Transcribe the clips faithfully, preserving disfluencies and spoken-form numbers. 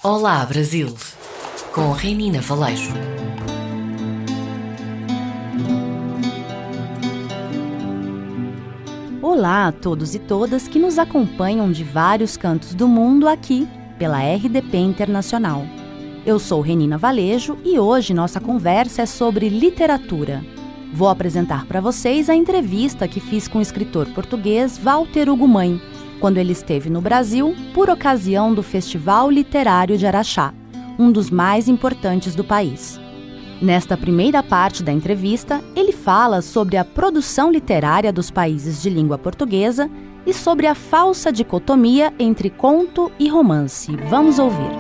Olá, Brasil, com Renina Valeixo. Olá a todos e todas que nos acompanham de vários cantos do mundo aqui pela R D P Internacional. Eu sou Renina Valeixo e hoje nossa conversa é sobre literatura. Vou apresentar para vocês a entrevista que fiz com o escritor português Walter Ugumãe, quando ele esteve no Brasil por ocasião do Festival Literário de Araxá, um dos mais importantes do país. Nesta primeira parte da entrevista, ele fala sobre a produção literária dos países de língua portuguesa e sobre a falsa dicotomia entre conto e romance. Vamos ouvir.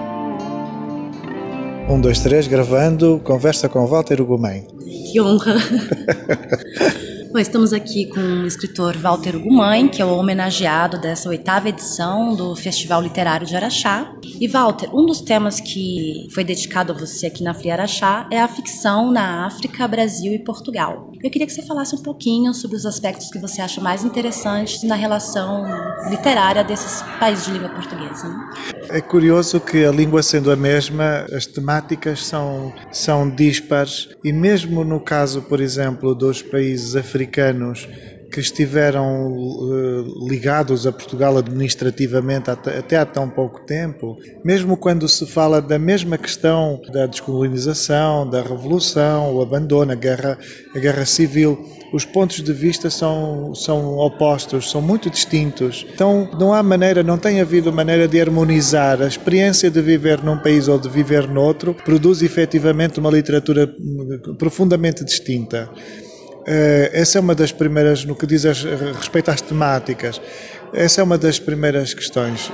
Um, dois, três, gravando, conversa com Walter Ugumãe. Que honra! Bom, estamos aqui com o escritor Walter Ugumãe, que é o homenageado dessa oitava edição do Festival Literário de Araxá. E Walter, um dos temas que foi dedicado a você aqui na Flia Araxá é a ficção na África, Brasil e Portugal. Eu queria que você falasse um pouquinho sobre os aspectos que você acha mais interessantes na relação literária desses países de língua portuguesa. Né? É curioso que a língua sendo a mesma, as temáticas são, são dispares e mesmo no caso, por exemplo, dos países africanos que estiveram uh, ligados a Portugal administrativamente até, até há tão pouco tempo, mesmo quando se fala da mesma questão da descolonização, da revolução, o abandono, a guerra, a guerra civil, os pontos de vista são, são opostos, são muito distintos. Então não há maneira, não tem havido maneira de harmonizar. A experiência de viver num país ou de viver noutro produz efetivamente uma literatura profundamente distinta. Uh, essa é uma das primeiras, no que diz a respeito às temáticas, essa é uma das primeiras questões.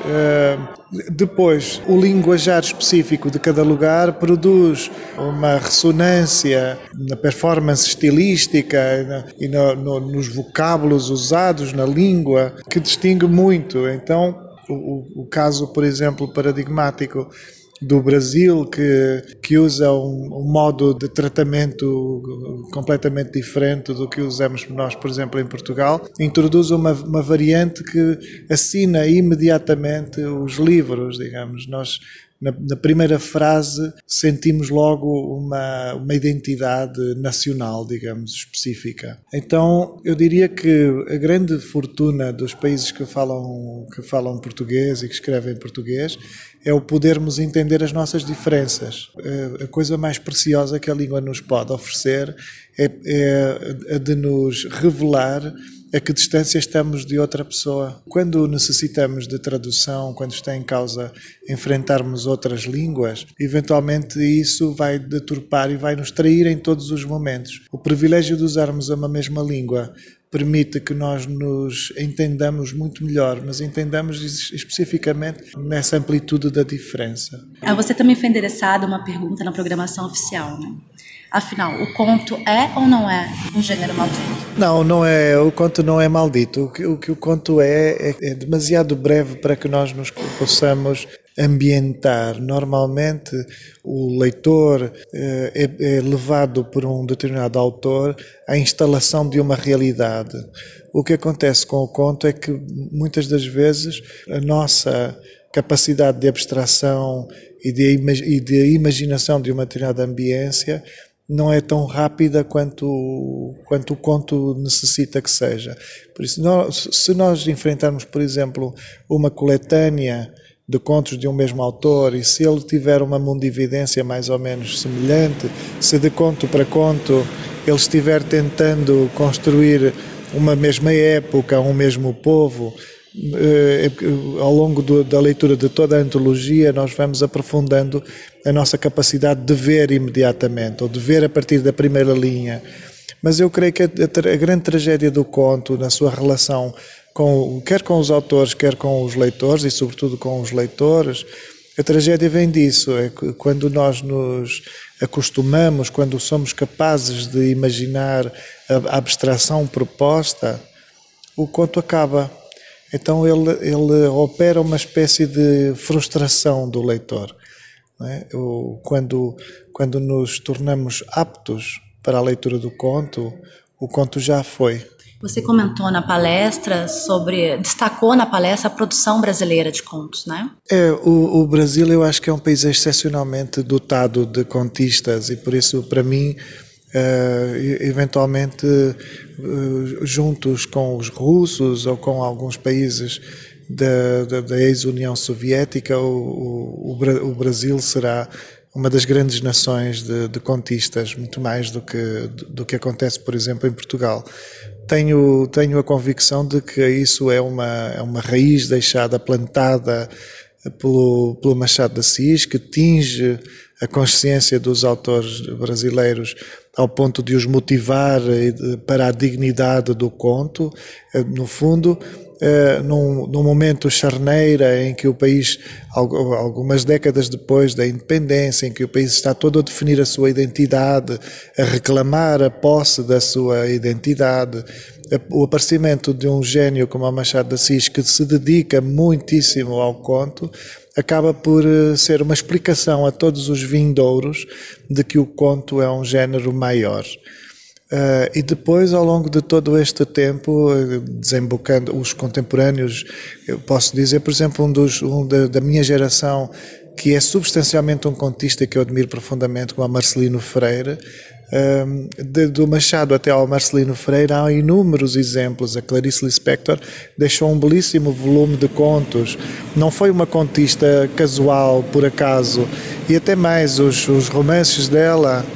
Uh, depois, o linguajar específico de cada lugar produz uma ressonância na performance estilística e no, no, nos vocábulos usados na língua que distingue muito. Então, o, o caso, por exemplo, paradigmático do Brasil, que, que usa um, um modo de tratamento completamente diferente do que usamos nós, por exemplo, em Portugal, introduz uma, uma variante que assina imediatamente os livros, digamos. Nós, na, na primeira frase, sentimos logo uma, uma identidade nacional, digamos, específica. Então, eu diria que a grande fortuna dos países que falam, que falam português e que escrevem português é o podermos entender as nossas diferenças. A coisa mais preciosa que a língua nos pode oferecer é, é a de nos revelar a que distância estamos de outra pessoa. Quando necessitamos de tradução, quando está em causa enfrentarmos outras línguas, eventualmente isso vai deturpar e vai nos trair em todos os momentos. O privilégio de usarmos uma mesma língua permite que nós nos entendamos muito melhor, mas entendamos especificamente nessa amplitude da diferença. Você também foi endereçado a uma pergunta na programação oficial, né? Afinal, o conto é ou não é um gênero maldito? Não, não é. O conto não é maldito. O que o, que o conto é, é é demasiado breve para que nós nos possamos ambientar. Normalmente, o leitor é, é levado por um determinado autor à instalação de uma realidade. O que acontece com o conto é que, muitas das vezes, a nossa capacidade de abstração e de, e de imaginação de uma determinada ambiência não é tão rápida quanto, quanto o conto necessita que seja. Por isso, nós, se nós enfrentarmos, por exemplo, uma coletânea de contos de um mesmo autor e se ele tiver uma mundividência mais ou menos semelhante, se de conto para conto ele estiver tentando construir uma mesma época, um mesmo povo, ao longo do, da leitura de toda a antologia nós vamos aprofundando a nossa capacidade de ver imediatamente, ou de ver a partir da primeira linha. Mas eu creio que a, a, a grande tragédia do conto, na sua relação com, quer com os autores, quer com os leitores, e sobretudo com os leitores, a tragédia vem disso, é que quando nós nos acostumamos, quando somos capazes de imaginar a, a abstração proposta, o conto acaba. Então ele, ele opera uma espécie de frustração do leitor. Não é? O, quando, quando nos tornamos aptos para a leitura do conto, o conto já foi. Você comentou na palestra sobre, destacou na palestra a produção brasileira de contos, né? É, o, o Brasil eu acho que é um país excepcionalmente dotado de contistas e por isso, para mim, Uh, eventualmente uh, juntos com os russos ou com alguns países da, da, da ex-União Soviética, o, o, o Brasil será uma das grandes nações de, de contistas, muito mais do que, do que acontece, por exemplo, em Portugal. Tenho, tenho a convicção de que isso é uma, é uma raiz deixada plantada pelo, pelo Machado de Assis, que tinge a consciência dos autores brasileiros ao ponto de os motivar para a dignidade do conto. No fundo, num, num momento charneira em que o país, algumas décadas depois da independência, em que o país está todo a definir a sua identidade, a reclamar a posse da sua identidade, o aparecimento de um gênio como o Machado de Assis, que se dedica muitíssimo ao conto, acaba por ser uma explicação a todos os vindouros de que o conto é um género maior. Uh, e depois, ao longo de todo este tempo, desembocando os contemporâneos, eu posso dizer, por exemplo, um, dos, um da, da minha geração, que é substancialmente um contista que eu admiro profundamente, como o Marcelino Freire. Um, de, do Machado até ao Marcelino Freire há inúmeros exemplos. A Clarice Lispector deixou um belíssimo volume de contos, não foi uma contista casual por acaso, e até mais os, os romances dela,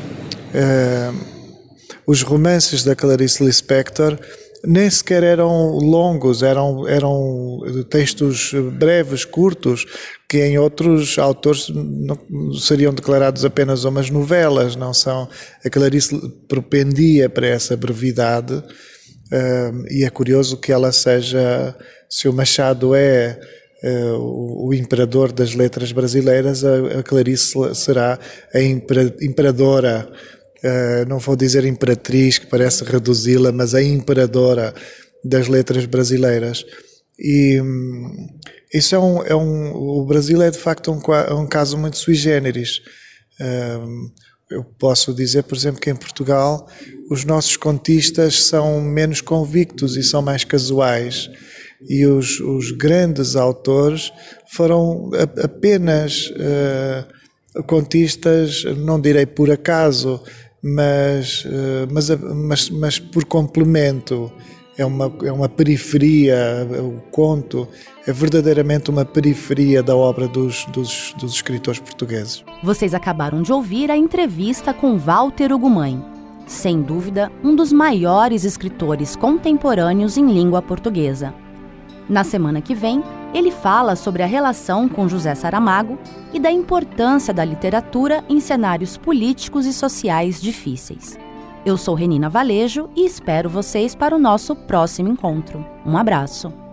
uh, os romances da Clarice Lispector nem sequer eram longos, eram, eram textos breves, curtos, que em outros autores não, seriam declarados apenas umas novelas, não são? A Clarice propendia para essa brevidade, uh, e é curioso que ela seja, se o Machado é uh, o, o imperador das letras brasileiras, a, a Clarice será a impera, imperadora. Uh, não vou dizer imperatriz, que parece reduzi-la, mas a imperadora das letras brasileiras. E um, isso é um, é um, o Brasil é de facto um, um caso muito sui generis. Uh, eu posso dizer, por exemplo, que em Portugal os nossos contistas são menos convictos e são mais casuais. E os, os grandes autores foram a, apenas uh, contistas, não direi por acaso, Mas, mas, mas, mas por complemento. É uma, é uma periferia, o conto é verdadeiramente uma periferia da obra dos, dos, dos escritores portugueses. Vocês acabaram de ouvir a entrevista com Walter Ugumãe, sem dúvida um dos maiores escritores contemporâneos em língua portuguesa. Na semana que vem, ele fala sobre a relação com José Saramago e da importância da literatura em cenários políticos e sociais difíceis. Eu sou Renina Valejo e espero vocês para o nosso próximo encontro. Um abraço!